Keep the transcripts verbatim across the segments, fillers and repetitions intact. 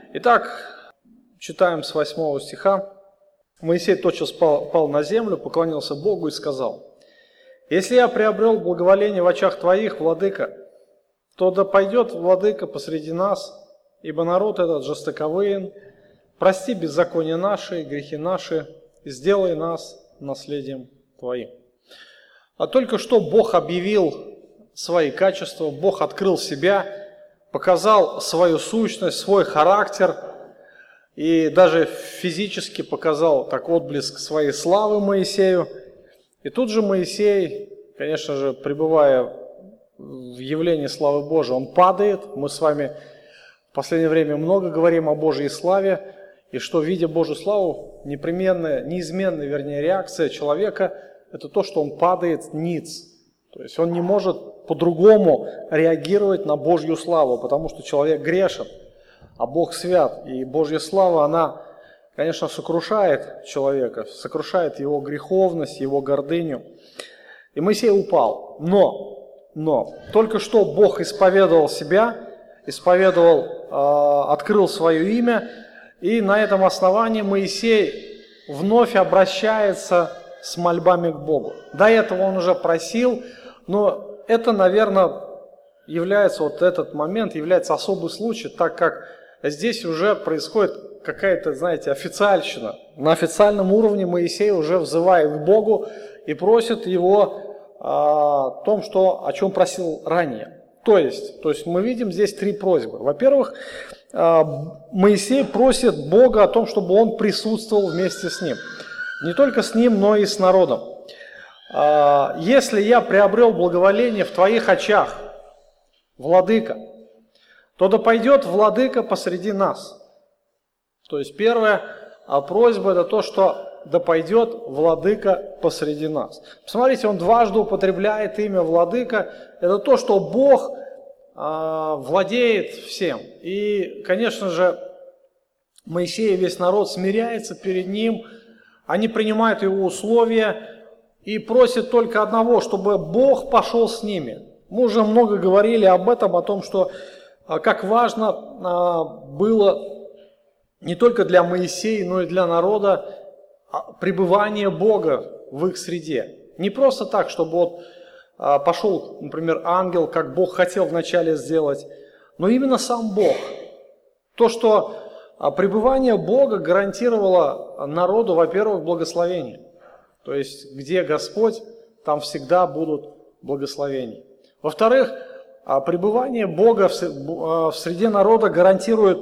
Итак, читаем с восьмого стиха. Моисей тотчас пал, пал на землю, поклонился Богу и сказал: «Если я приобрел благоволение в очах Твоих, владыка, то да пойдет владыка посреди нас, ибо народ этот жестоковыен. Прости беззакония наши, грехи наши, и сделай нас наследием Твоим». А только что Бог объявил свои качества, Бог открыл себя, показал свою сущность, свой характер, и даже физически показал так отблеск своей славы Моисею. И тут же Моисей, конечно же, пребывая в явлении славы Божией, он падает. Мы с вами в последнее время много говорим о Божьей славе, и что, видя Божью славу, непременная, неизменная, вернее, реакция человека – это то, что он падает ниц. То есть он не может по-другому реагировать на Божью славу, потому что человек грешен, а Бог свят. И Божья слава, она, конечно, сокрушает человека, сокрушает его греховность, его гордыню. И Моисей упал. Но, но, только что Бог исповедовал себя, исповедовал, э, открыл свое имя, и на этом основании Моисей вновь обращается с мольбами к Богу. До этого он уже просил, но это, наверное, является, вот этот момент является особый случай, так как здесь уже происходит какая-то, знаете, официальщина. На официальном уровне Моисей уже взывает к Богу и просит его о том, что, о чем просил ранее. То есть, то есть мы видим здесь три просьбы. Во-первых, Моисей просит Бога о том, чтобы он присутствовал вместе с ним. Не только с ним, но и с народом. «Если я приобрел благоволение в Твоих очах, владыка, то да пойдет владыка посреди нас». То есть первая просьба – это то, что да пойдет владыка посреди нас. Посмотрите, он дважды употребляет имя владыка. Это то, что Бог э, владеет всем. И, конечно же, Моисей и весь народ смиряется перед ним. Они принимают его условия и просят только одного, чтобы Бог пошел с ними. Мы уже много говорили об этом, о том, что как важно было не только для Моисея, но и для народа пребывание Бога в их среде. Не просто так, чтобы вот пошел, например, ангел, как Бог хотел вначале сделать, но именно сам Бог. То, что пребывание Бога гарантировало народу, во-первых, благословение. То есть, где Господь, там всегда будут благословения. Во-вторых, пребывание Бога в среде народа гарантирует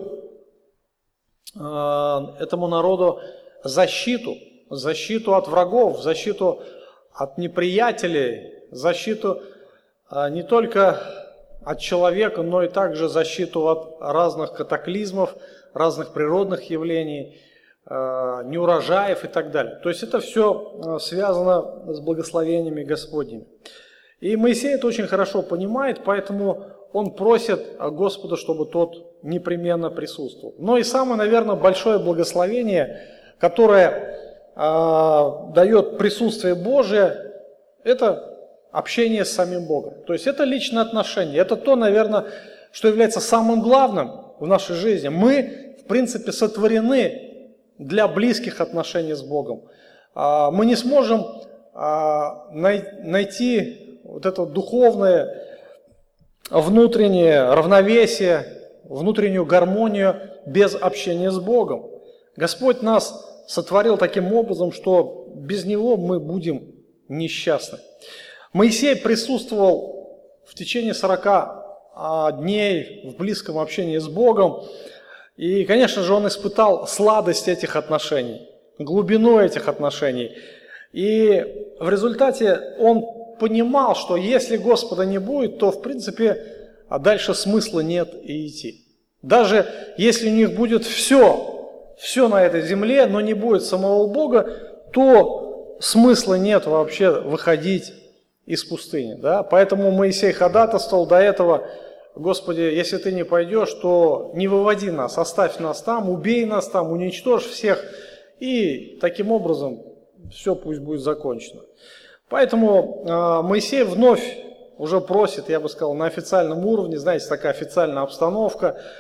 этому народу защиту, защиту от врагов, защиту от неприятелей, защиту не только от человека, но и также защиту от разных катаклизмов, разных природных явлений, неурожаев и так далее. То есть это все связано с благословениями Господними. И Моисей это очень хорошо понимает, поэтому он просит Господа, чтобы тот непременно присутствовал. Но и самое, наверное, большое благословение, которое э, дает присутствие Божие, это общение с самим Богом. То есть это личное отношение. Это то, наверное, что является самым главным в нашей жизни. Мы, в принципе, сотворены для близких отношений с Богом. Э, мы не сможем э, най- найти вот это духовное, внутреннее равновесие, внутреннюю гармонию без общения с Богом. Господь нас сотворил таким образом, что без Него мы будем несчастны. Моисей присутствовал в течение сорока дней в близком общении с Богом. И, конечно же, он испытал сладость этих отношений, глубину этих отношений. И в результате он понимал, что если Господа не будет, то, в принципе, дальше смысла нет и идти. Даже если у них будет все, все на этой земле, но не будет самого Бога, то смысла нет вообще выходить из пустыни. Да? Поэтому Моисей ходатайствовал до этого: Господи, если Ты не пойдешь, то не выводи нас, оставь нас там, убей нас там, уничтожь всех, и таким образом все пусть будет закончено. Поэтому э, Моисей вновь уже просит, я бы сказал, на официальном уровне, знаете, такая официальная обстановка.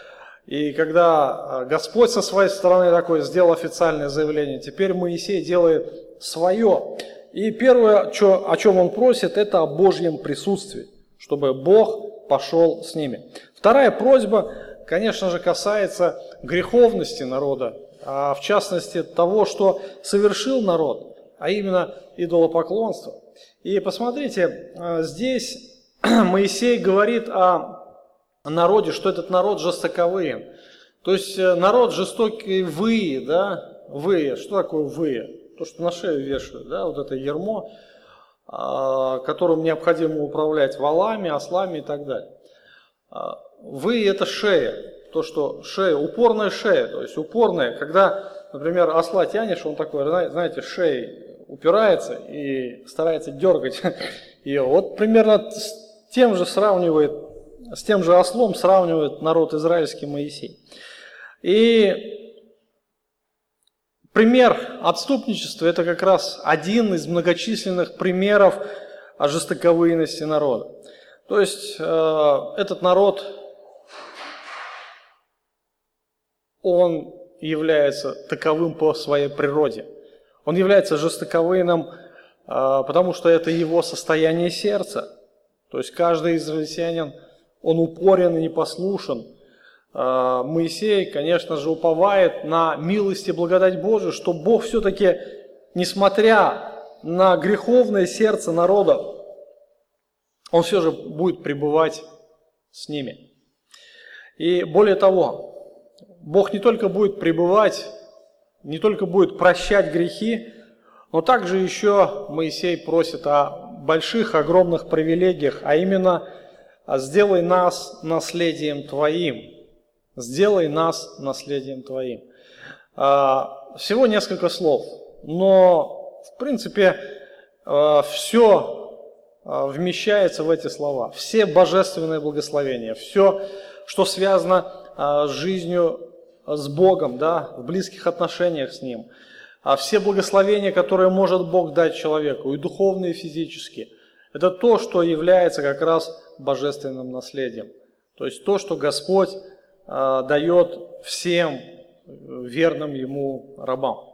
И когда Господь со своей стороны такой сделал официальное заявление, теперь Моисей делает свое. И первое, что, о чем он просит, это о Божьем присутствии, чтобы Бог пошел с ними. Вторая просьба, конечно же, касается греховности народа, а в частности того, что совершил народ, а именно идолопоклонство. И посмотрите, здесь Моисей говорит о народе, что этот народ жестоковыен. То есть народ жестокий вые, да, вые. Что такое вые? То, что на шею вешают, да, вот это ярмо, которым необходимо управлять валами, ослами и так далее. Вые – это шея, то, что шея, упорная шея, то есть упорная, когда, например, осла тянешь, он такой, знаете, шеей упирается и старается дергать ее. Вот примерно с тем же сравнивает, с тем же ослом сравнивает народ израильский Моисей. И пример отступничества – это как раз один из многочисленных примеров жестоковыйности народа. То есть э, этот народ, он является таковым по своей природе. Он является жестоковыйным, э, потому что это его состояние сердца. То есть каждый израильтянин, он упорен и непослушен. Э, Моисей, конечно же, уповает на милость и благодать Божию, что Бог все-таки, несмотря на греховное сердце народа, Он все же будет пребывать с ними. И более того, Бог не только будет пребывать, не только будет прощать грехи, но также еще Моисей просит о больших, огромных привилегиях, а именно «сделай нас наследием Твоим». «Сделай нас наследием Твоим». Всего несколько слов, но в принципе все вмещается в эти слова. Все божественные благословения, все, что связано с жизнью с Богом, да, в близких отношениях с Ним, все благословения, которые может Бог дать человеку, и духовные, и физические, это то, что является как раз божественным наследием. То есть то, что Господь дает всем верным Ему рабам.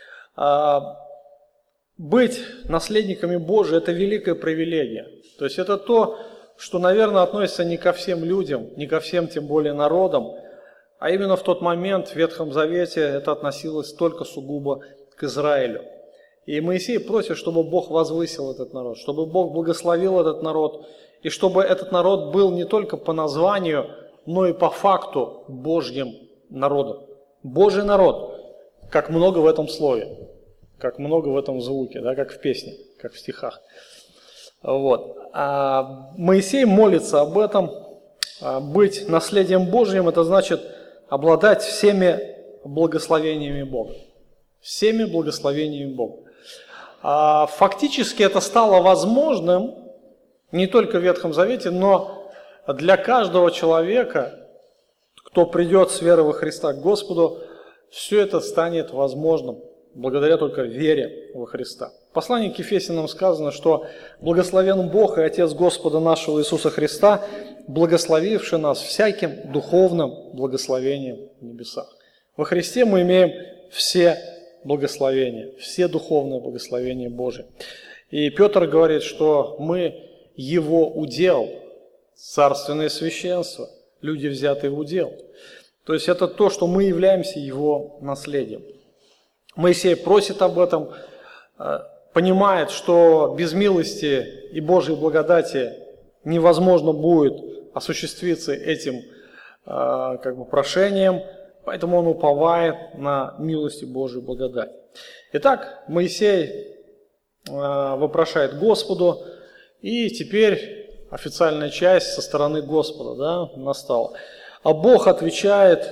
Быть наследниками Божьими – это великая привилегия. То есть это то, что, наверное, относится не ко всем людям, не ко всем, тем более народам, а именно в тот момент в Ветхом Завете это относилось только сугубо к Израилю. И Моисей просит, чтобы Бог возвысил этот народ, чтобы Бог благословил этот народ, и чтобы этот народ был не только по названию, но и по факту Божьим народом. Божий народ, как много в этом слове. Как много в этом звуке, да, как в песне, как в стихах. Вот. А Моисей молится об этом. Быть наследием Божьим – это значит обладать всеми благословениями Бога. Всеми благословениями Бога. А фактически это стало возможным не только в Ветхом Завете, но для каждого человека, кто придет с верой во Христа к Господу, все это станет возможным. Благодаря только вере во Христа. В послании к Ефесянам сказано, что «Благословен Бог и Отец Господа нашего Иисуса Христа, благословивший нас всяким духовным благословением в небесах». Во Христе мы имеем все благословения, все духовные благословения Божьи. И Петр говорит, что мы Его удел, царственное священство, люди, взятые в удел. То есть это то, что мы являемся Его наследием. Моисей просит об этом, понимает, что без милости и Божьей благодати невозможно будет осуществиться этим как бы прошением, поэтому он уповает на милость и Божью благодать. Итак, Моисей вопрошает Господу, и теперь официальная часть со стороны Господа, да, настала. А Бог отвечает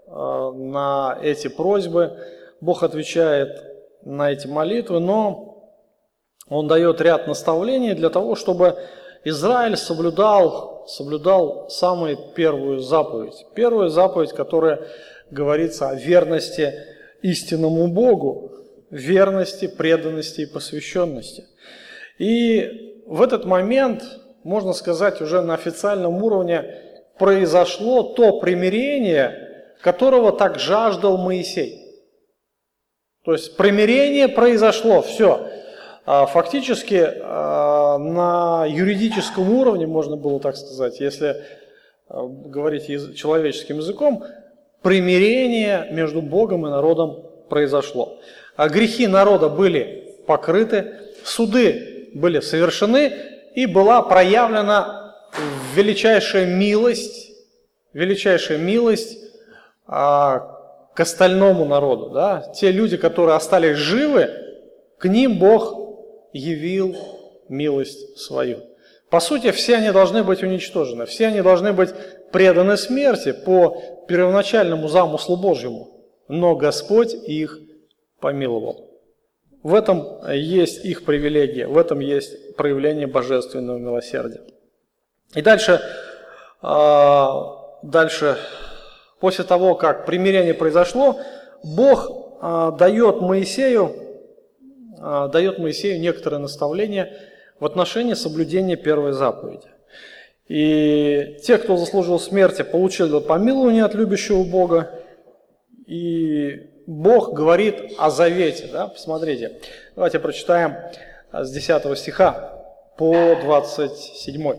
на эти просьбы, Бог отвечает на эти молитвы, но Он дает ряд наставлений для того, чтобы Израиль соблюдал, соблюдал самую первую заповедь. Первую заповедь, которая говорится о верности истинному Богу, верности, преданности и посвященности. И в этот момент, можно сказать, уже на официальном уровне произошло то примирение, которого так жаждал Моисей. То есть примирение произошло, все. Фактически на юридическом уровне, можно было так сказать, если говорить человеческим языком, примирение между Богом и народом произошло. А грехи народа были покрыты, суды были совершены, и была проявлена величайшая милость, величайшая милость а, к остальному народу. Да? Те люди, которые остались живы, к ним Бог явил милость свою. По сути, все они должны быть уничтожены, все они должны быть преданы смерти по первоначальному замыслу Божьему. Но Господь их помиловал. В этом есть их привилегия, в этом есть проявление божественного милосердия. И дальше, дальше после того, как примирение произошло, Бог дает Моисею, дает Моисею некоторые наставления в отношении соблюдения первой заповеди. И те, кто заслужил смерти, получили помилование от любящего Бога. И Бог говорит о завете. Да? Посмотрите, давайте прочитаем с десятого стиха по двадцать седьмой.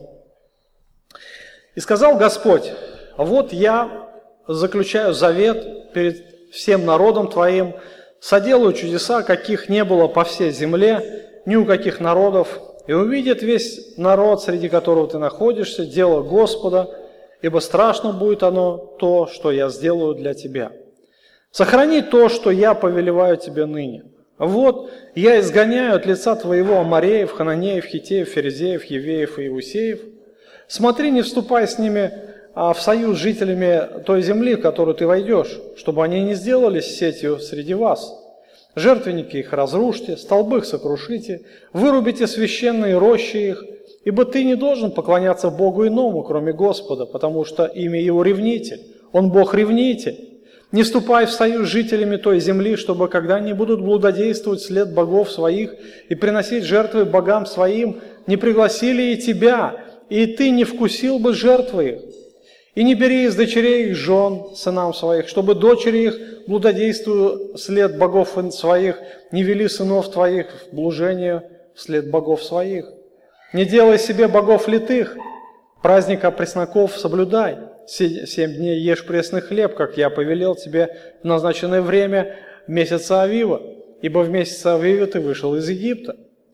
«И сказал Господь: вот я заключаю завет перед всем народом твоим, соделаю чудеса, каких не было по всей земле, ни у каких народов, и увидит весь народ, среди которого ты находишься, дело Господа, ибо страшно будет оно то, что я сделаю для тебя. Сохрани то, что я повелеваю тебе ныне. Вот я изгоняю от лица твоего Амореев, Хананеев, Хиттеев, Ферезеев, Евеев и Иусеев. Смотри, не вступай с ними в союз с жителями той земли, в которую ты войдешь, чтобы они не сделались сетью среди вас. Жертвенники их разрушьте, столбы их сокрушите, вырубите священные рощи их, ибо ты не должен поклоняться Богу иному, кроме Господа, потому что имя Его ревнитель, Он Бог-ревнитель. Не вступай в союз с жителями той земли, чтобы, когда они будут блудодействовать вслед богов своих и приносить жертвы богам своим, не пригласили и тебя, и ты не вкусил бы жертвы их. И не бери из дочерей их жен сынам своих, чтобы дочери их, блудодействуя вслед богов своих, не вели сынов твоих в блужение вслед богов своих. Не делай себе богов литых, праздника пресноков соблюдай. Семь дней ешь пресный хлеб, как я повелел тебе в назначенное время месяца Авива, ибо в месяц Авива ты вышел из Египта.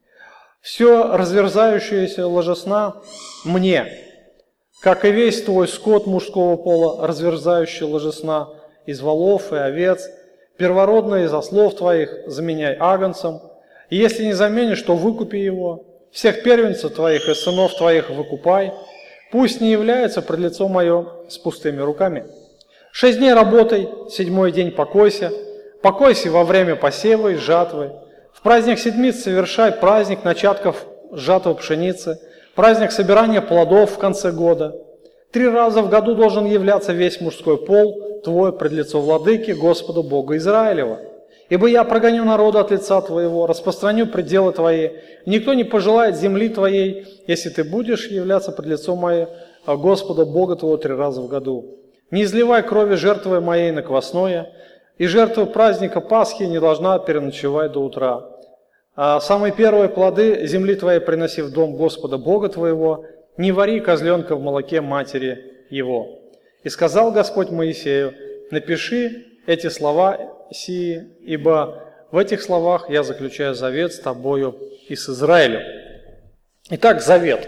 Все разверзающееся ложесна мне, как и весь твой скот мужского пола, разверзающий ложесна из волов и овец, первородные из ослов твоих заменяй агнцем, и если не заменишь, то выкупи его, всех первенцев твоих и сынов твоих выкупай, пусть не является пред лицо мое с пустыми руками. Шесть дней работай, седьмой день покойся, покойся во время посева и жатвы. В праздник седмиц совершай праздник начатков жатвы пшеницы, праздник собирания плодов в конце года. Три раза в году должен являться весь мужской пол твой пред лицо владыки Господа Бога Израилева. Ибо я прогоню народа от лица твоего, распространю пределы твои. Никто не пожелает земли твоей, если ты будешь являться пред лицом моим Господа Бога твоего три раза в году. Не изливай крови жертвы моей на квасное, и жертва праздника Пасхи не должна переночевать до утра. А самые первые плоды земли твоей приноси в дом Господа Бога твоего, не вари козленка в молоке матери его. И сказал Господь Моисею: напиши эти слова сии, ибо в этих словах я заключаю завет с тобою и с Израилем. Итак, завет.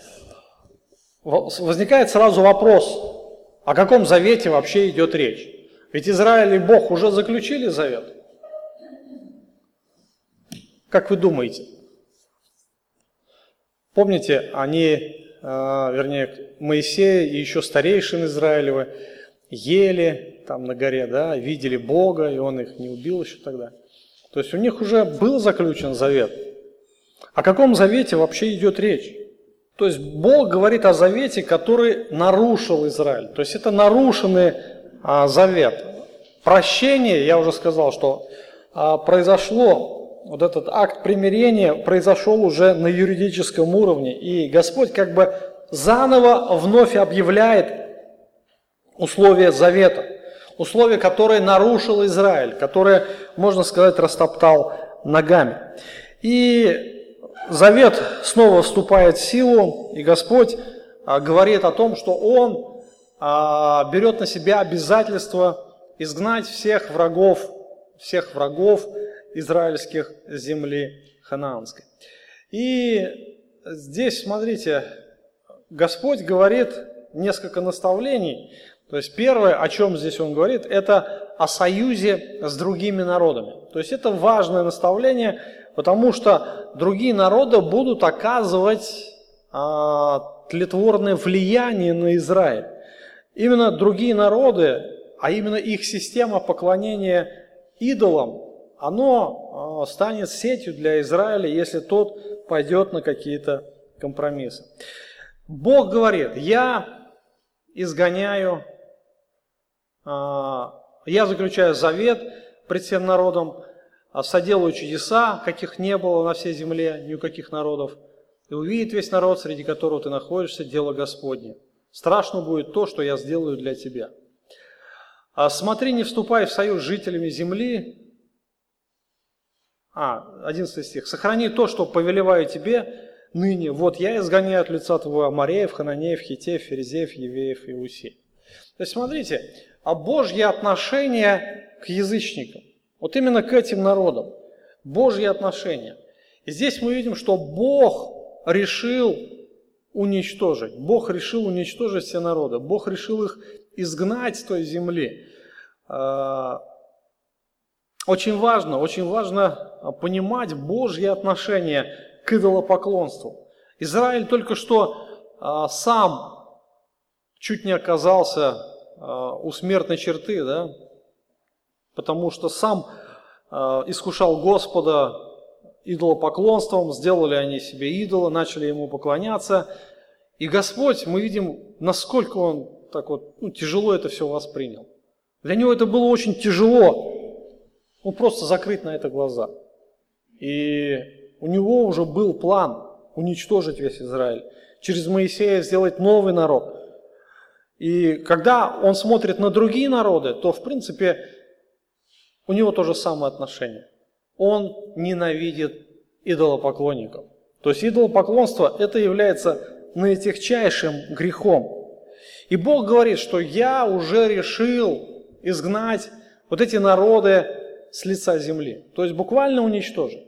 Возникает сразу вопрос, о каком завете вообще идет речь? Ведь Израиль и Бог уже заключили завет. Как вы думаете? Помните, они, вернее, Моисей и еще старейшины Израилевы ели там на горе, да, видели Бога, и Он их не убил еще тогда. То есть у них уже был заключен завет. О каком завете вообще идет речь? То есть Бог говорит о завете, который нарушил Израиль. То есть это нарушенный а, завет. Прощение, я уже сказал, что а, произошло, вот этот акт примирения произошел уже на юридическом уровне. И Господь как бы заново вновь объявляет условия завета. условия, которые нарушил Израиль, которые, можно сказать, растоптал ногами. И завет снова вступает в силу, и Господь говорит о том, что Он берет на себя обязательство изгнать всех врагов, всех врагов израильских земли ханаанской. И здесь, смотрите, Господь говорит несколько наставлений. То есть первое, о чем здесь Он говорит, это о союзе с другими народами. То есть это важное наставление, потому что другие народы будут оказывать а, тлетворное влияние на Израиль. Именно другие народы, а именно их система поклонения идолам, оно станет сетью для Израиля, если тот пойдет на какие-то компромиссы. Бог говорит: я изгоняю, я заключаю завет пред всем народом, соделаю чудеса, каких не было на всей земле, ни у каких народов, и увидит весь народ, среди которого ты находишься, дело Господне. Страшно будет то, что я сделаю для тебя. Смотри, не вступай в союз с жителями земли. А, одиннадцатый стих. Сохрани то, что повелеваю тебе ныне. Вот я изгоняю от лица твоего Амореев, Хананеев, Хитеев, Ферезеев, Евеев и Усей. То есть, смотрите, а Божье отношение к язычникам. Вот именно к этим народам. Божье отношение. И здесь мы видим, что Бог решил уничтожить. Бог решил уничтожить все народы. Бог решил их изгнать с той земли. Очень важно, очень важно понимать Божье отношение к идолопоклонству. Израиль только что сам чуть не оказался у смертной черты, да? Потому что сам искушал Господа идолопоклонством, сделали они себе идола, начали ему поклоняться. И Господь, мы видим, насколько Он так вот ну, тяжело это все воспринял. Для Него это было очень тяжело. Ну, просто закрыть на это глаза. И у Него уже был план уничтожить весь Израиль, через Моисея сделать новый народ. И когда Он смотрит на другие народы, то, в принципе, у Него то же самое отношение. Он ненавидит идолопоклонников. То есть идолопоклонство – это является наитягчайшим грехом. И Бог говорит, что я уже решил изгнать вот эти народы с лица земли. То есть буквально уничтожить.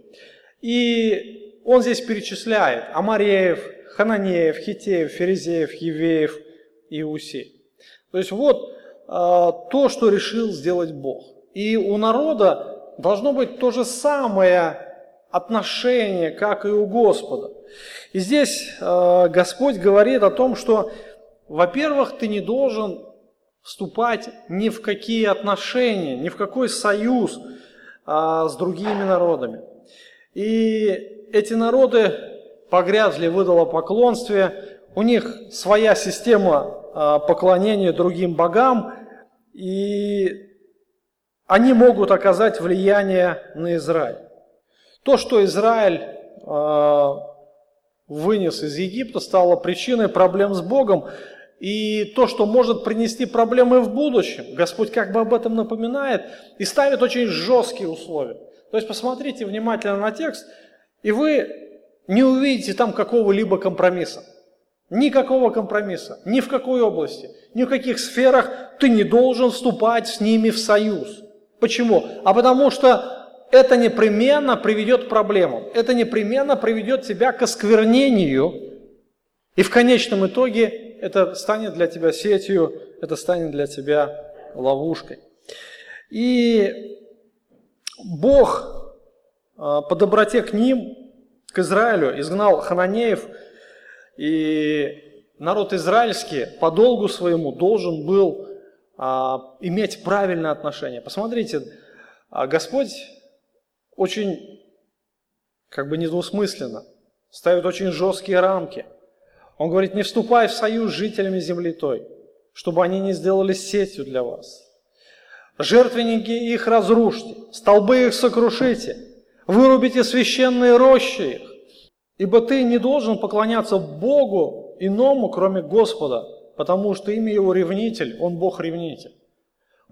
И Он здесь перечисляет Амореев, Хананеев, Хитеев, Ферезеев, Евеев и Усей. То есть вот э, то, что решил сделать Бог. И у народа должно быть то же самое отношение, как и у Господа. И здесь э, Господь говорит о том, что, во-первых, ты не должен вступать ни в какие отношения, ни в какой союз э, с другими народами. И эти народы погрязли в идолопоклонстве, у них своя система э, поклонения другим богам, и они могут оказать влияние на Израиль. То, что Израиль э, вынес из Египта, стало причиной проблем с Богом, и то, что может принести проблемы в будущем. Господь как бы об этом напоминает и ставит очень жесткие условия. То есть посмотрите внимательно на текст, и вы не увидите там какого-либо компромисса. Никакого компромисса, ни в какой области, ни в каких сферах ты не должен вступать с ними в союз. Почему? А потому что это непременно приведет к проблемам. Это непременно приведет тебя к осквернению. И в конечном итоге это станет для тебя сетью, это станет для тебя ловушкой. И Бог по доброте к ним, к Израилю, изгнал хананеев, и народ израильский по долгу своему должен был иметь правильное отношение. Посмотрите, Господь очень, как бы недвусмысленно, ставит очень жесткие рамки. Он говорит: не вступай в союз с жителями земли той, чтобы они не сделали сетью для вас. Жертвенники их разрушьте, столбы их сокрушите, вырубите священные рощи их, ибо ты не должен поклоняться Богу иному, кроме Господа, потому что имя Его ревнитель, Он Бог-ревнитель.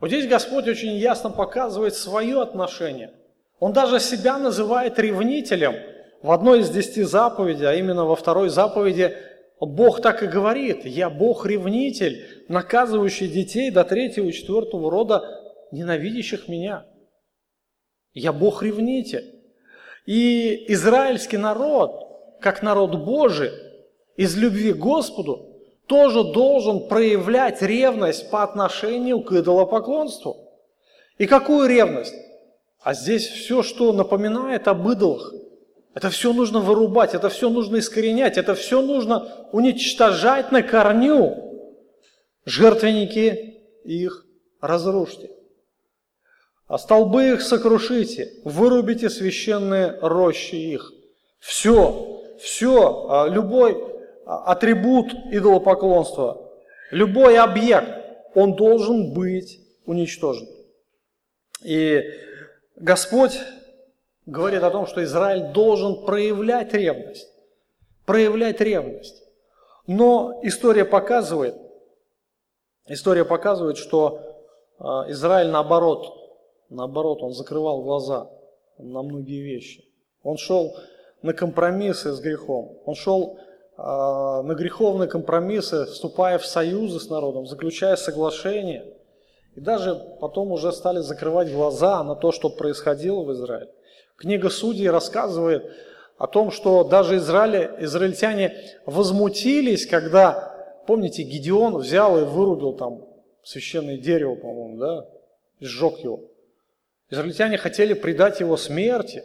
Вот здесь Господь очень ясно показывает свое отношение. Он даже себя называет ревнителем в одной из десяти заповедей, а именно во второй заповеди Бог так и говорит: «Я Бог-ревнитель, наказывающий детей до третьего и четвертого рода, ненавидящих меня». Я Бог-ревнитель. И израильский народ, как народ Божий, из любви к Господу, тоже должен проявлять ревность по отношению к идолопоклонству. И какую ревность? А здесь все, что напоминает об идолах, это все нужно вырубать, это все нужно искоренять, это все нужно уничтожать на корню. Жертвенники их разрушьте. А столбы их сокрушите, вырубите священные рощи их. Все, все, любой атрибут идолопоклонства, любой объект, он должен быть уничтожен. И Господь говорит о том, что Израиль должен проявлять ревность, проявлять ревность. Но история показывает, история показывает, что Израиль наоборот, наоборот, он закрывал глаза на многие вещи. Он шел на компромиссы с грехом, он шел на греховные компромиссы, вступая в союзы с народом, заключая соглашения. И даже потом уже стали закрывать глаза на то, что происходило в Израиле. Книга Судей рассказывает о том, что даже израиль, израильтяне возмутились, когда, помните, Гидеон взял и вырубил там священное дерево, по-моему, да, и сжег его. Израильтяне хотели предать его смерти.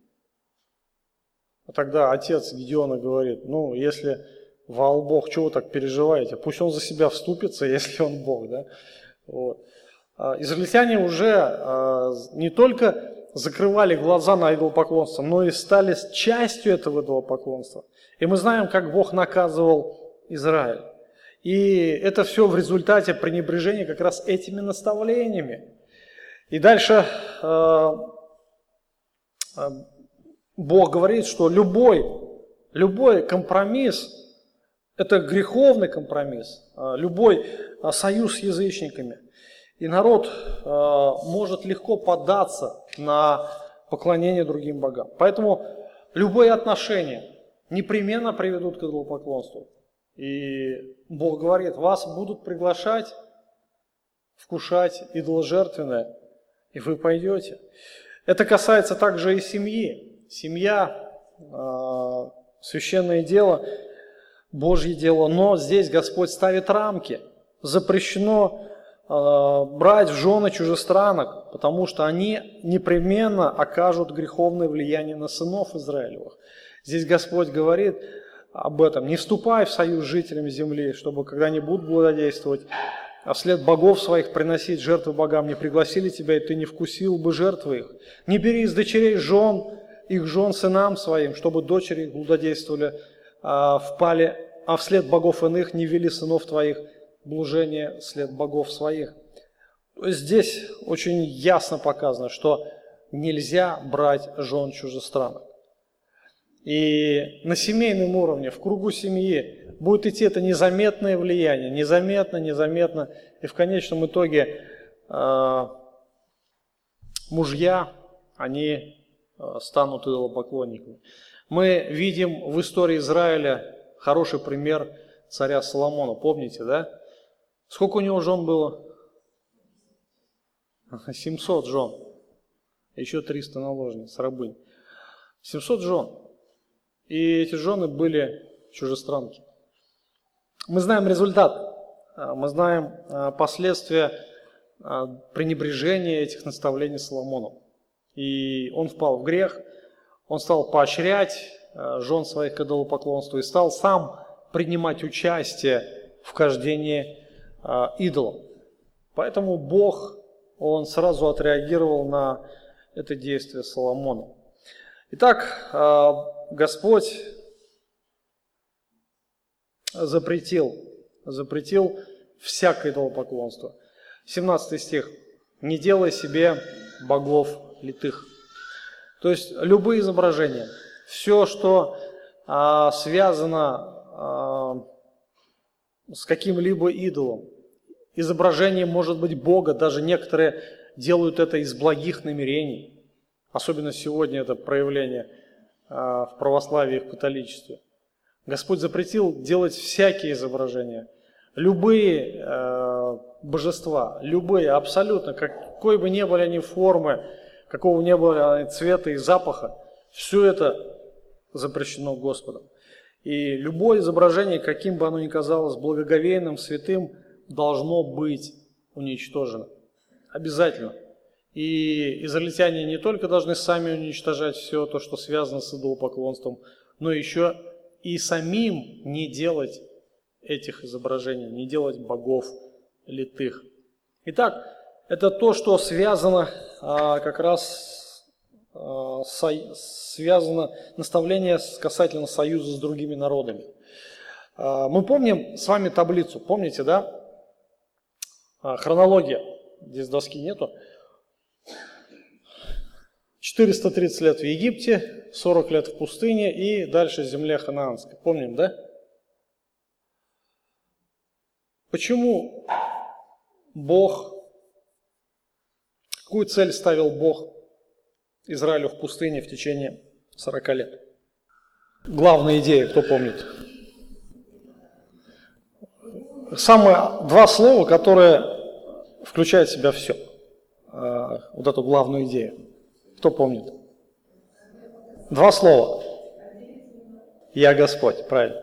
А тогда отец Гидеона говорит: ну, если Ваал Бог, чего вы так переживаете? Пусть он за себя вступится, если он Бог, да? Вот. Израильтяне уже не только закрывали глаза на идолопоклонство, но и стали частью этого идолопоклонства. И мы знаем, как Бог наказывал Израиль. И это все в результате пренебрежения как раз этими наставлениями. И дальше э, э, Бог говорит, что любой, любой компромисс, это греховный компромисс, э, любой э, союз с язычниками. И народ э, может легко поддаться на поклонение другим богам. Поэтому любые отношения непременно приведут к идолопоклонству. И Бог говорит: вас будут приглашать вкушать идоложертвенное, и вы пойдете. Это касается также и семьи. Семья, э, священное дело, Божье дело, но здесь Господь ставит рамки. Запрещено брать в жены чужестранок, потому что они непременно окажут греховное влияние на сынов Израилевых. Здесь Господь говорит об этом: не вступай в союз с жителями земли, чтобы, когда они будут блудодействовать, а вслед богов своих приносить жертвы богам, не пригласили тебя, и ты не вкусил бы жертвы их. Не бери из дочерей жен, их жен сынам своим, чтобы дочери их блудодействовали, а, впали, а вслед богов иных не вели сынов твоих блужение вслед богов своих. Здесь очень ясно показано, что нельзя брать жен чужестранок. И на семейном уровне, в кругу семьи будет идти это незаметное влияние, незаметно, незаметно. И в конечном итоге э, мужья, они э, станут идолопоклонниками. Мы видим в истории Израиля хороший пример царя Соломона, помните, да? Сколько у него жен было? семьсот жен. Еще триста наложниц, рабынь. семьсот жен. И эти жены были чужестранки. Мы знаем результат. Мы знаем последствия пренебрежения этих наставлений Соломоном. И он впал в грех. Он стал поощрять жен своих к идолопоклонству и стал сам принимать участие в хождении идолам. Поэтому Бог, Он сразу отреагировал на это действие Соломона. Итак, Господь запретил, запретил всякое идолопоклонство. семнадцатый стих. «Не делай себе богов литых». То есть любые изображения, все, что а, связано а, с каким-либо идолом, изображение, может быть, Бога. Даже некоторые делают это из благих намерений. Особенно сегодня это проявление а, в православии и в католичестве. Господь запретил делать всякие изображения. Любые э, божества, любые, абсолютно, какой бы ни были они формы, какого ни было цвета и запаха, все это запрещено Господом. И любое изображение, каким бы оно ни казалось благоговейным, святым, должно быть уничтожено. Обязательно. И израильтяне не только должны сами уничтожать все то, что связано с идолопоклонством, но еще и самим не делать этих изображений, не делать богов литых. Итак, это то, что связано а, как раз а, со, связано наставление касательно союза с другими народами. А, мы помним с вами таблицу, помните, да? А, хронология, здесь доски нету. четыреста тридцать лет в Египте, сорок лет в пустыне и дальше земля ханаанская. Помним, да? Почему Бог, какую цель ставил Бог Израилю в пустыне в течение сорока лет? Главная идея, кто помнит? Самые два слова, которые включают в себя все. Вот эту главную идею. Кто помнит? Два слова. Я Господь, правильно.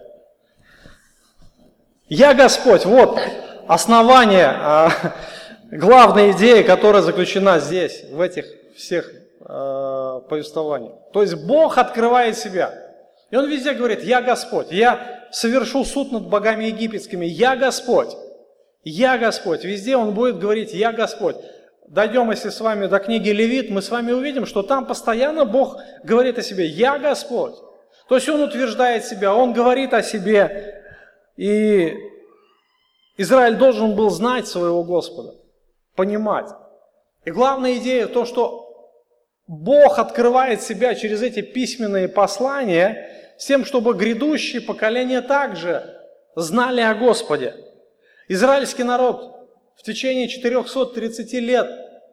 Я Господь, вот основание, главная идея, которая заключена здесь, в этих всех повествованиях. То есть Бог открывает себя. И Он везде говорит, я Господь, я совершу суд над богами египетскими, я Господь, я Господь. Везде Он будет говорить, я Господь. Дойдем, если с вами до книги Левит, мы с вами увидим, что там постоянно Бог говорит о себе, я Господь. То есть Он утверждает себя, Он говорит о себе. И Израиль должен был знать своего Господа, понимать. И главная идея в том, что Бог открывает себя через эти письменные послания с тем, чтобы грядущие поколения также знали о Господе. Израильский народ в течение четырехсот тридцати лет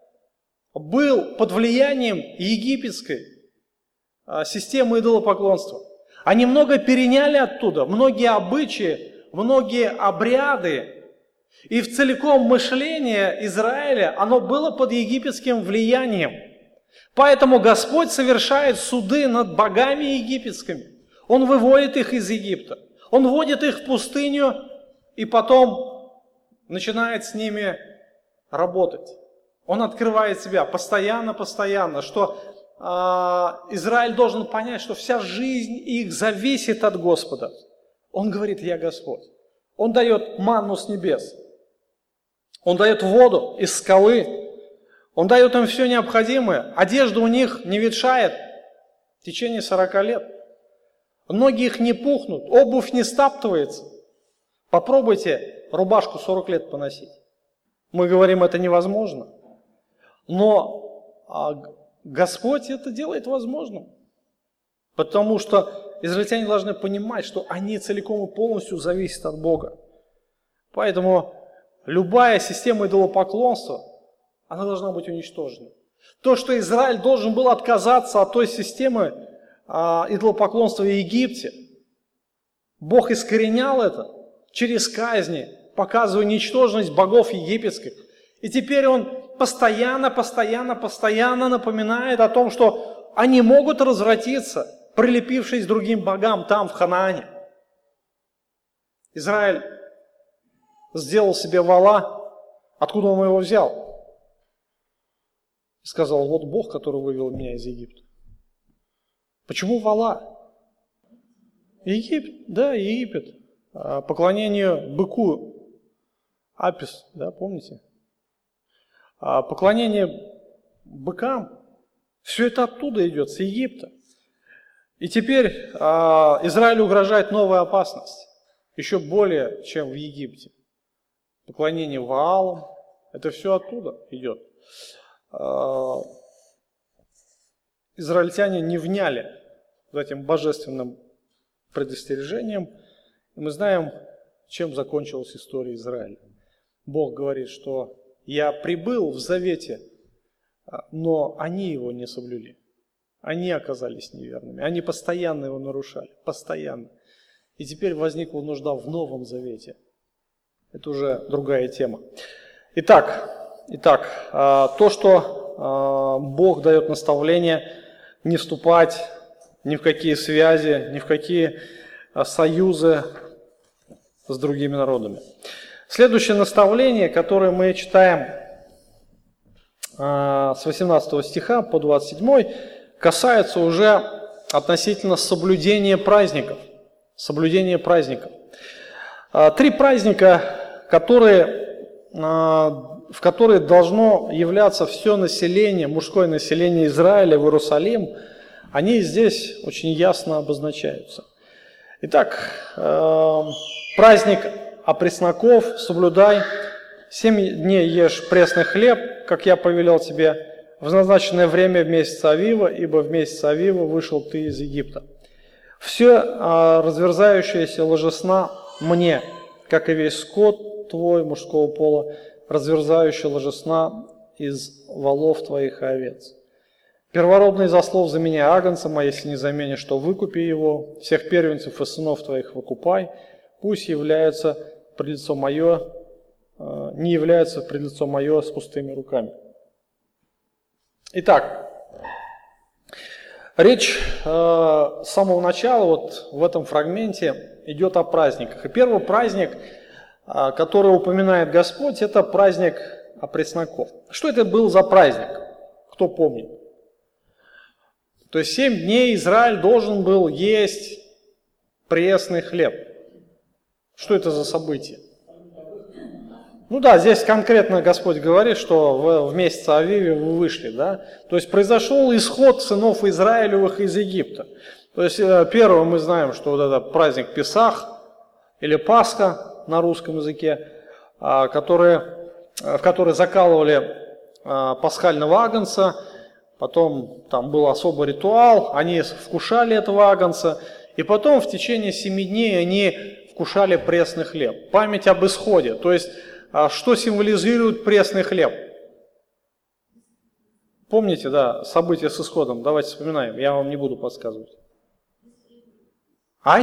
был под влиянием египетской системы идолопоклонства. Они много переняли оттуда, многие обычаи, многие обряды. И в целиком мышление Израиля, оно было под египетским влиянием. Поэтому Господь совершает суды над богами египетскими. Он выводит их из Египта. Он вводит их в пустыню и потом начинает с ними работать. Он открывает себя постоянно-постоянно, что э, Израиль должен понять, что вся жизнь их зависит от Господа. Он говорит, я Господь. Он дает манну с небес. Он дает воду из скалы. Он дает им все необходимое. Одежда у них не ветшает в течение сорока лет. Ноги их не пухнут, обувь не стаптывается. Попробуйте рубашку сорок лет поносить. Мы говорим, это невозможно. Но Господь это делает возможным. Потому что израильтяне должны понимать, что они целиком и полностью зависят от Бога. Поэтому любая система идолопоклонства, она должна быть уничтожена. То, что Израиль должен был отказаться от той системы а, идолопоклонства в Египте, Бог искоренял это через казни, показывая ничтожность богов египетских. И теперь Он постоянно, постоянно, постоянно напоминает о том, что они могут развратиться, прилепившись к другим богам там, в Ханаане. Израиль сделал себе вала. Откуда он его взял? И сказал, вот Бог, который вывел меня из Египта. Почему вала? Египет, да, Египет. Поклонение быку. Апис, да, помните? Поклонение быкам. Все это оттуда идет, с Египта. И теперь Израилю угрожает новая опасность. Еще более, чем в Египте. Поклонение Ваалам. Это все оттуда идет. Израильтяне не вняли этим божественным предостережением. И мы знаем, чем закончилась история Израиля. Бог говорит, что я прибыл в завете, но они его не соблюли. Они оказались неверными. Они постоянно его нарушали. Постоянно. И теперь возникла нужда в Новом Завете. Это уже другая тема. Итак, итак то, что Бог дает наставление не вступать ни в какие связи, ни в какие союзы с другими народами. Следующее наставление, которое мы читаем с восемнадцатого стиха по двадцать седьмой, касается уже относительно соблюдения праздников. Соблюдения праздников. Три праздника, которые, в которые должно являться все население, мужское население Израиля в Иерусалим, они здесь очень ясно обозначаются. Итак, праздник опресноков соблюдай, семь дней ешь пресный хлеб, как я повелел тебе, в назначенное время в месяц Авива, ибо в месяц Авива вышел ты из Египта. Все а, разверзающееся ложесна мне, как и весь скот твой мужского пола, разверзающий ложесна из волов твоих и овец. Первородный заслов заменяй агнцем, а если не заменишь, то выкупи его. Всех первенцев и сынов твоих выкупай, пусть являются пред лицо мое, а, не являются пред лицо мое с пустыми руками. Итак, речь э, с самого начала, вот в этом фрагменте, идет о праздниках. И первый праздник, э, который упоминает Господь, это праздник опресноков. Что это был за праздник? Кто помнит? То есть семь дней Израиль должен был есть пресный хлеб. Что это за событие? Ну да, здесь конкретно Господь говорит, что в, в месяц Авиве вы вышли, да. То есть произошел исход сынов Израилевых из Египта. То есть первое мы знаем, что вот это праздник Песах или Пасха на русском языке, который, в который закалывали пасхального агнца, потом там был особый ритуал, они вкушали этого агнца, и потом в течение семи дней они вкушали пресный хлеб. Память об исходе, то есть что символизирует пресный хлеб? Помните, да, события с исходом? Давайте вспоминаем, я вам не буду подсказывать. Ай?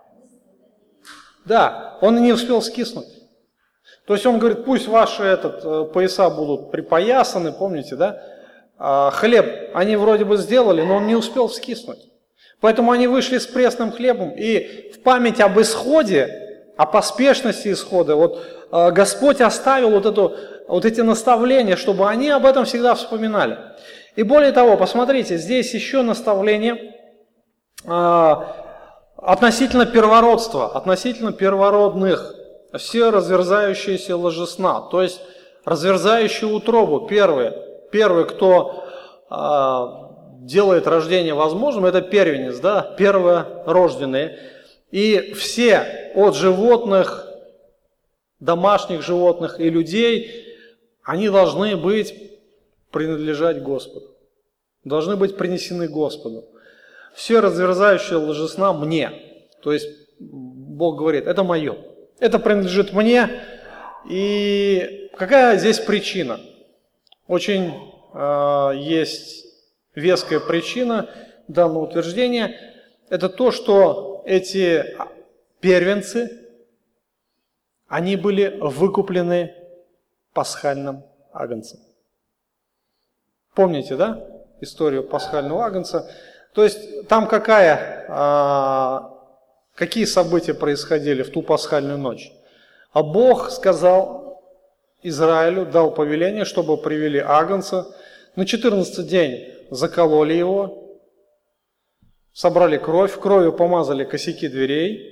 Да, он не успел скиснуть. То есть он говорит, пусть ваши этот, пояса будут припоясаны, помните, да? А хлеб они вроде бы сделали, но он не успел вскиснуть. Поэтому они вышли с пресным хлебом, и в память об исходе, о поспешности исхода, вот Господь оставил вот, эту, вот эти наставления, чтобы они об этом всегда вспоминали. И более того, посмотрите, здесь еще наставление э, относительно первородства, относительно первородных, все разверзающиеся ложесна, то есть разверзающие утробу. Первые, первые кто э, делает рождение возможным, это первенец, да, перворожденные. И все от животных, домашних животных и людей, они должны быть, принадлежать Господу. Должны быть принесены Господу. Все разверзающее ложесна мне. То есть Бог говорит, это мое. Это принадлежит мне. И какая здесь причина? Очень э, есть веская причина данного утверждения. Это то, что эти первенцы, они были выкуплены пасхальным агнцем. Помните, да, историю пасхального агнца? То есть там какая, а, какие события происходили в ту пасхальную ночь? А Бог сказал Израилю, дал повеление, чтобы привели агнца. На четырнадцатый день закололи его, собрали кровь, кровью помазали косяки дверей.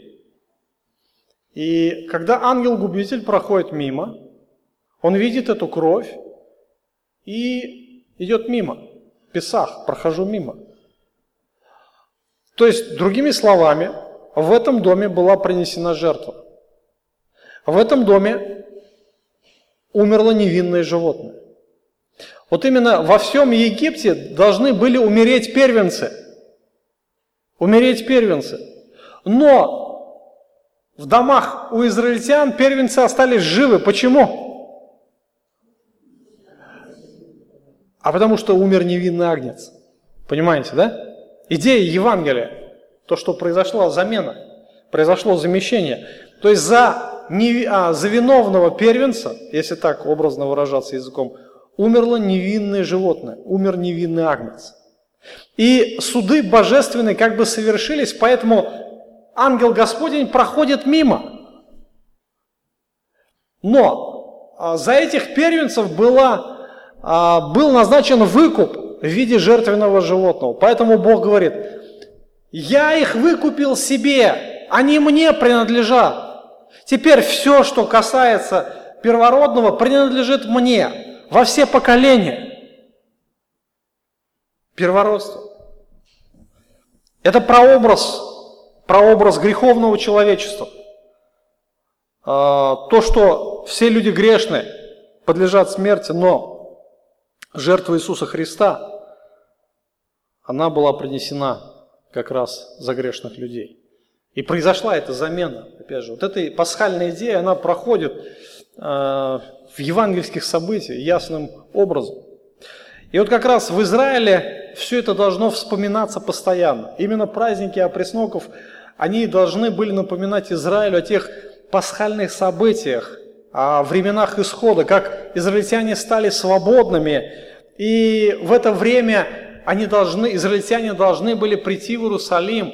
И когда ангел-губитель проходит мимо, он видит эту кровь и идет мимо. Песах, прохожу мимо. То есть, другими словами, в этом доме была принесена жертва. В этом доме умерло невинное животное. Вот именно во всем Египте должны были умереть первенцы. Умереть первенцы. Но в домах у израильтян первенцы остались живы. Почему? а потому что умер невинный агнец. Понимаете, да? Идея Евангелия, то, что произошла замена, произошло замещение. То есть за, не, а, за виновного первенца, если так образно выражаться языком, умерло невинное животное, умер невинный агнец. И суды божественные как бы совершились, поэтому ангел Господень проходит мимо. Но а, за этих первенцев было, а, был назначен выкуп в виде жертвенного животного. Поэтому Бог говорит: «Я их выкупил себе, они мне принадлежат. Теперь все, что касается первородного, принадлежит мне во все поколения». Первородство. Это прообраз, прообраз греховного человечества. То, что все люди грешны, подлежат смерти, но жертва Иисуса Христа, она была принесена как раз за грешных людей. И произошла эта замена, опять же. Вот эта пасхальная идея, она проходит э, в евангельских событиях ясным образом. И вот как раз в Израиле все это должно вспоминаться постоянно. Именно праздники опресноков, они должны были напоминать Израилю о тех пасхальных событиях, о временах исхода, как израильтяне стали свободными. И в это время они должны, израильтяне должны были прийти в Иерусалим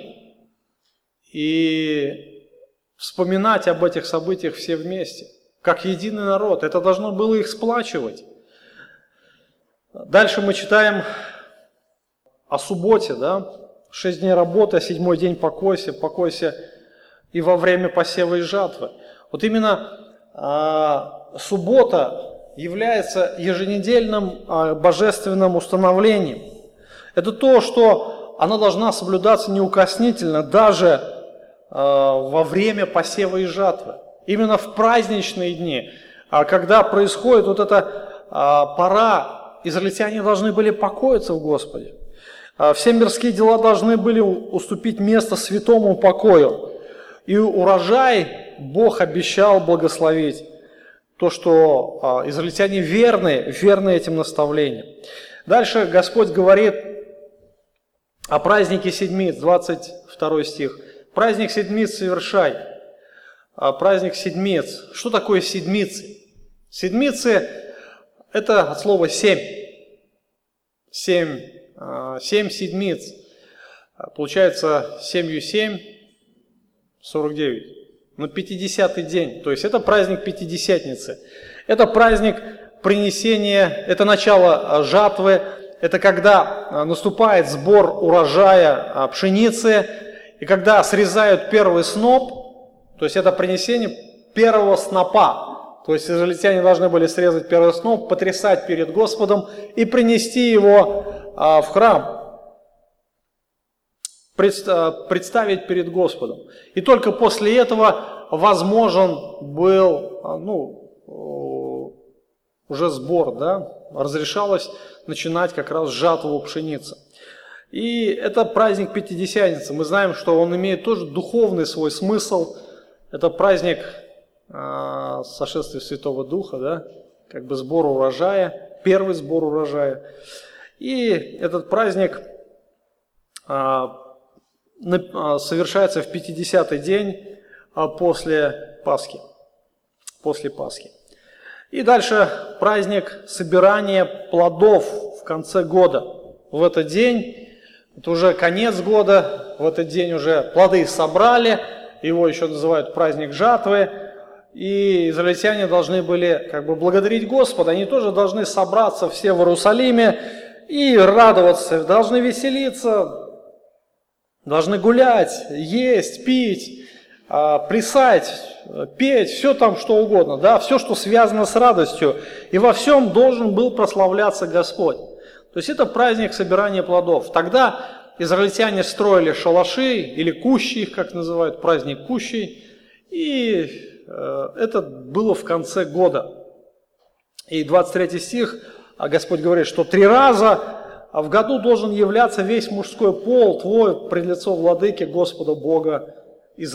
и вспоминать об этих событиях все вместе, как единый народ. Это должно было их сплачивать. Дальше мы читаем о субботе, да? Шесть дней работы, а седьмой день покойся, покойся и во время посева и жатвы. Вот именно а, суббота является еженедельным а, божественным установлением. Это то, что она должна соблюдаться неукоснительно даже а, во время посева и жатвы. Именно в праздничные дни, а, когда происходит вот эта а, пора, израильтяне должны были покоиться в Господе. А, все мирские дела должны были уступить место святому покою. И урожай Бог обещал благословить. То, что а, израильтяне верны, верны этим наставлениям. Дальше Господь говорит о празднике Седмиц, двадцать второй стих. Праздник Седмиц совершай. А, праздник Седмиц. Что такое Седмицы? Седмицы – это от слова семь. Семь, а, семь седмиц. Получается семью семь. сорок девять. На пятидесятый день. То есть это праздник Пятидесятницы. Это праздник принесения, это начало жатвы. Это когда наступает сбор урожая пшеницы. И когда срезают первый сноп, то есть это принесение первого снопа. То есть израильтяне должны были срезать первый сноп, потрясать перед Господом и принести его в храм. Представить перед Господом. И только после этого возможен был ну, уже сбор, да? Разрешалось начинать как раз жатву пшеницы. И это праздник Пятидесятницы. Мы знаем, что он имеет тоже духовный свой смысл. Это праздник э, сошествия Святого Духа, да? Как бы сбор урожая, первый сбор урожая. И этот праздник э, совершается в пятидесятый день после Пасхи. После Пасхи. И дальше праздник собирания плодов в конце года. В этот день, это уже конец года, в этот день уже плоды собрали, его еще называют праздник жатвы. И израильтяне должны были как бы благодарить Господа, они тоже должны собраться все в Иерусалиме и радоваться, должны веселиться, должны гулять, есть, пить, плясать, петь, все там что угодно, да, все, что связано с радостью. И во всем должен был прославляться Господь. То есть это праздник собирания плодов. Тогда израильтяне строили шалаши, или кущи, их как называют, праздник кущей. И э, это было в конце года. И двадцать третий стих, Господь говорит, что три раза в году должен являться весь мужской пол твой пред лицо владыки Господа Бога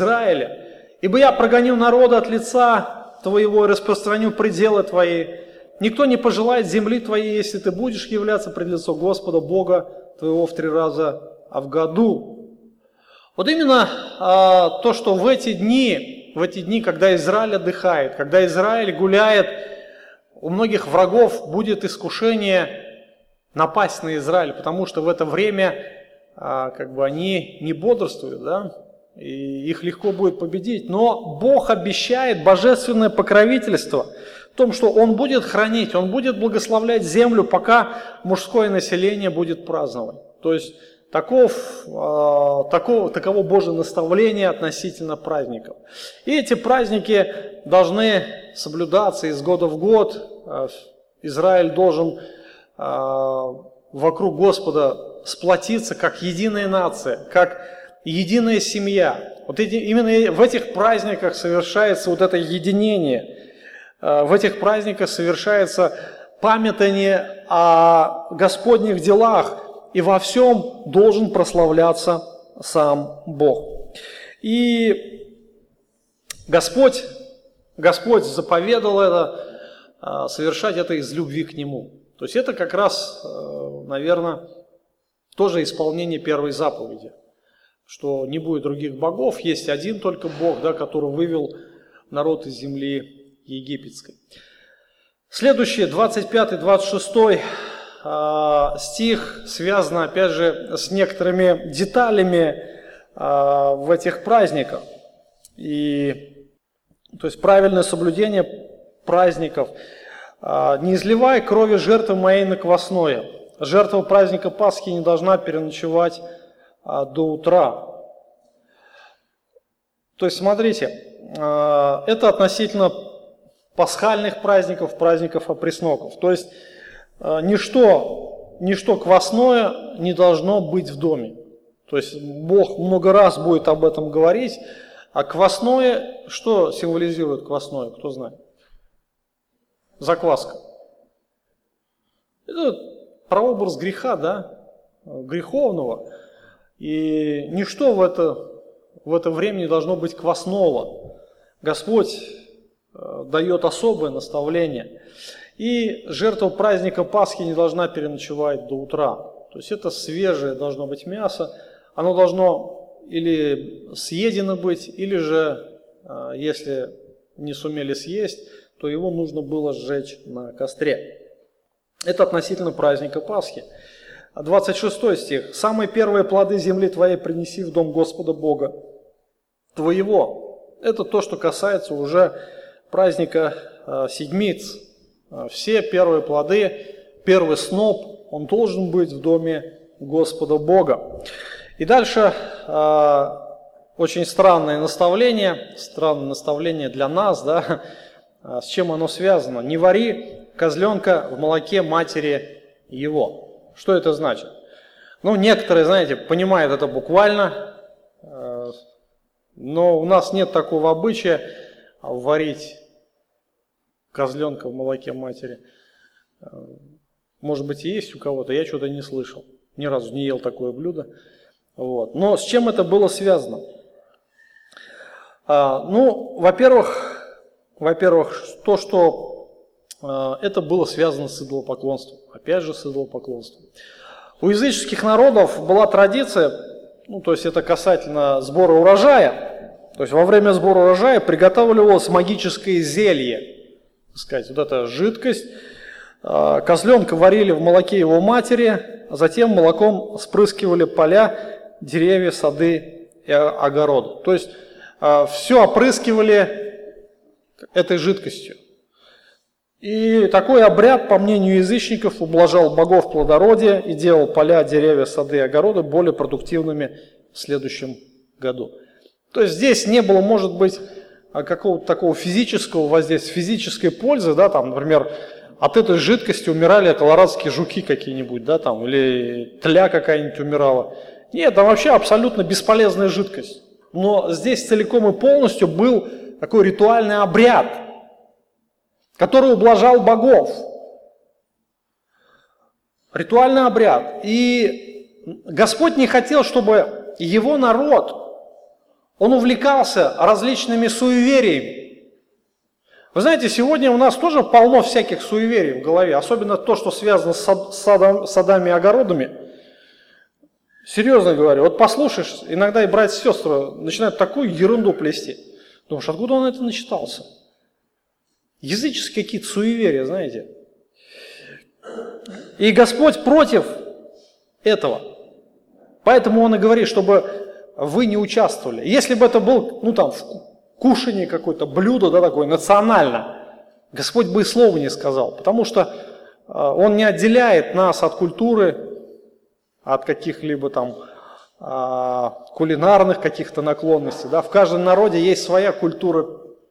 Израиля. Ибо я прогоню народа от лица твоего и распространю пределы твои, никто не пожелает земли твоей, если ты будешь являться пред лицо Господа Бога твоего в три раза а в году. Вот именно а, то, что в эти дни, в эти дни, когда Израиль отдыхает, когда Израиль гуляет, у многих врагов будет искушение напасть на Израиль, потому что в это время а, как бы они не бодрствуют, да, и их легко будет победить. Но Бог обещает божественное покровительство в том, что Он будет хранить, Он будет благословлять землю, пока мужское население будет праздновать. То есть таков, а, такого, таково Божье наставление относительно праздников. И эти праздники должны соблюдаться из года в год. Израиль должен вокруг Господа сплотиться как единая нация, как единая семья. Вот эти, именно в этих праздниках совершается вот это единение. В этих праздниках совершается памятание о Господних делах, и во всем должен прославляться сам Бог. И Господь, Господь заповедал это, совершать это из любви к Нему. То есть это как раз, наверное, тоже исполнение первой заповеди, что не будет других богов, есть один только Бог, да, который вывел народ из земли египетской. Следующий, двадцать пятый двадцать шестой стих связан, опять же, с некоторыми деталями в этих праздниках. И, то есть правильное соблюдение праздников. «Не изливай крови жертвы моей на квасное. Жертва праздника Пасхи не должна переночевать до утра». То есть, смотрите, это относительно пасхальных праздников, праздников опресноков. То есть, ничто, ничто квасное не должно быть в доме. То есть, Бог много раз будет об этом говорить. А квасное, что символизирует квасное, кто знает? Закваска. Это прообраз греха, да, греховного. И ничто в это, в это время не должно быть квасного. Господь дает особое наставление. И жертва праздника Пасхи не должна переночевать до утра. То есть это свежее должно быть мясо. Оно должно или съедено быть, или же, если не сумели съесть, то его нужно было сжечь на костре. Это относительно праздника Пасхи. двадцать шестой стих. «Самые первые плоды земли твоей принеси в дом Господа Бога твоего». Это то, что касается уже праздника э, седмиц. Все первые плоды, первый сноп, он должен быть в доме Господа Бога. И дальше э, очень странное наставление, странное наставление для нас, да. С чем оно связано? «Не вари козленка в молоке матери его». Что это значит? Ну, некоторые, знаете, понимают это буквально, но у нас нет такого обычая варить козленка в молоке матери. Может быть, и есть у кого-то, я что-то не слышал. Ни разу не ел такое блюдо. Вот. Но с чем это было связано? Ну, во-первых, Во-первых, то, что э, это было связано с идолопоклонством. Опять же, с идолопоклонством. У языческих народов была традиция, ну, то есть это касательно сбора урожая. То есть во время сбора урожая приготавливалось магическое зелье. Так сказать, вот эта жидкость. Э, козленка варили в молоке его матери, а затем молоком спрыскивали поля, деревья, сады и огороды. То есть э, все опрыскивали этой жидкостью. И такой обряд, по мнению язычников, ублажал богов плодородия и делал поля, деревья, сады и огороды более продуктивными в следующем году. То есть здесь не было, может быть, какого-то такого физического воздействия, физической пользы, да, там, например, от этой жидкости умирали колорадские жуки какие-нибудь, да, там, или тля какая-нибудь умирала. Нет, там вообще абсолютно бесполезная жидкость. Но здесь целиком и полностью был такой ритуальный обряд, который ублажал богов. Ритуальный обряд. И Господь не хотел, чтобы его народ, он увлекался различными суевериями. Вы знаете, сегодня у нас тоже полно всяких суеверий в голове, особенно то, что связано с сад, садом, садами и огородами. Серьезно говорю, вот послушаешь, иногда и братья и сестры начинают такую ерунду плести. Думаешь, откуда он это начитался? Языческие какие-то суеверия, знаете. И Господь против этого. Поэтому Он и говорит, чтобы вы не участвовали. Если бы это был, ну там, кушание какое-то, блюдо, да, такое, национально, Господь бы и слова не сказал. Потому что Он не отделяет нас от культуры, от каких-либо там кулинарных каких-то наклонностей. Да. В каждом народе есть своя культура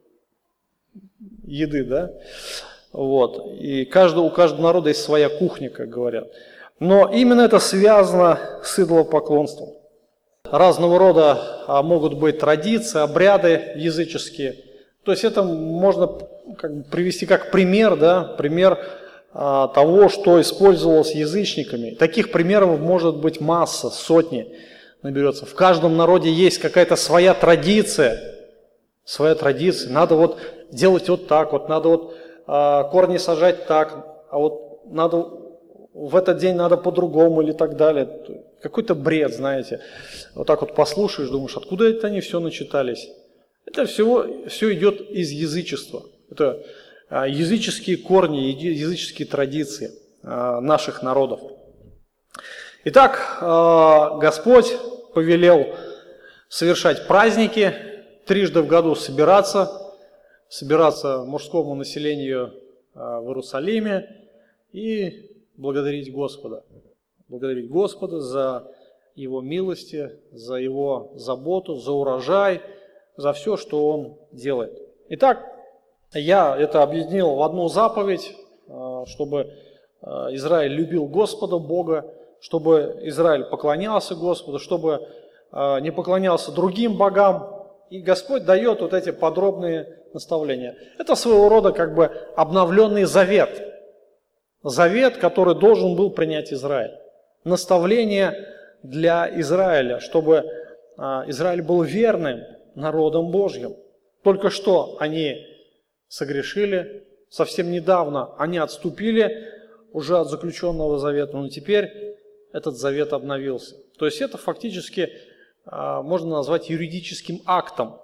еды, да. Вот. И каждый, у каждого народа есть своя кухня, как говорят. Но именно это связано с идолопоклонством. Разного рода могут быть традиции, обряды языческие. То есть это можно как бы привести как пример, да, пример а, того, что использовалось язычниками. Таких примеров может быть масса, сотни наберется. В каждом народе есть какая-то своя традиция, своя традиция. Надо вот делать вот так, вот надо вот а, корни сажать так, а вот надо в этот день надо по-другому или так далее. Какой-то бред, знаете. Вот так вот послушаешь, думаешь, откуда это они все начитались? Это всего, все идет из язычества. Это а, языческие корни, языческие традиции а, наших народов. Итак, а, Господь повелел совершать праздники, трижды в году собираться, собираться мужскому населению а, в Иерусалиме и благодарить Господа. Благодарить Господа за Его милости, за Его заботу, за урожай, за все, что Он делает. Итак, я это объединил в одну заповедь, чтобы Израиль любил Господа, Бога, чтобы Израиль поклонялся Господу, чтобы не поклонялся другим богам. И Господь дает вот эти подробные наставления. Это своего рода как бы обновленный завет. Завет, который должен был принять Израиль. Наставление для Израиля, чтобы Израиль был верным народом Божьим. Только что они согрешили, совсем недавно они отступили уже от заключенного завета, но теперь этот завет обновился. То есть это фактически можно назвать юридическим актом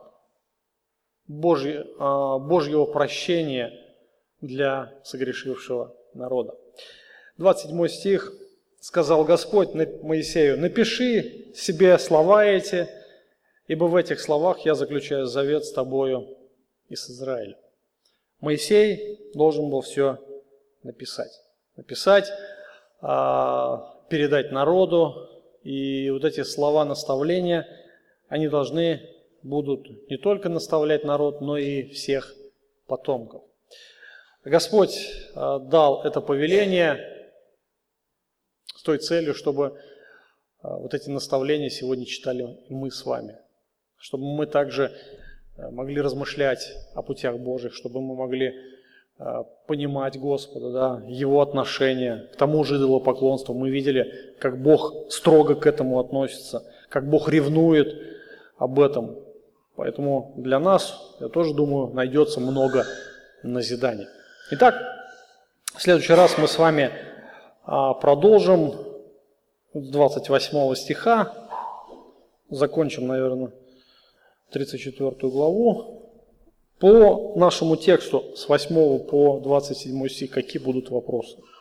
Божьего прощения для согрешившего народа. двадцать седьмой стих. Сказал Господь Моисею: напиши себе слова эти, ибо в этих словах я заключаю завет с тобою и с Израилем. Моисей должен был все написать. Написать, передать народу, и вот эти слова наставления, они должны будут не только наставлять народ, но и всех потомков. Господь дал это повеление с той целью, чтобы вот эти наставления сегодня читали мы с вами. Чтобы мы также могли размышлять о путях Божьих, чтобы мы могли понимать Господа, да, Его отношения к тому же идолопоклонству. Мы видели, как Бог строго к этому относится, как Бог ревнует об этом. Поэтому для нас, я тоже думаю, найдется много назиданий. Итак, в следующий раз мы с вами продолжим с двадцать восьмого стиха, закончим, наверное, тридцать четвёртую главу. По нашему тексту с восьмого по двадцать седьмой стих какие будут вопросы?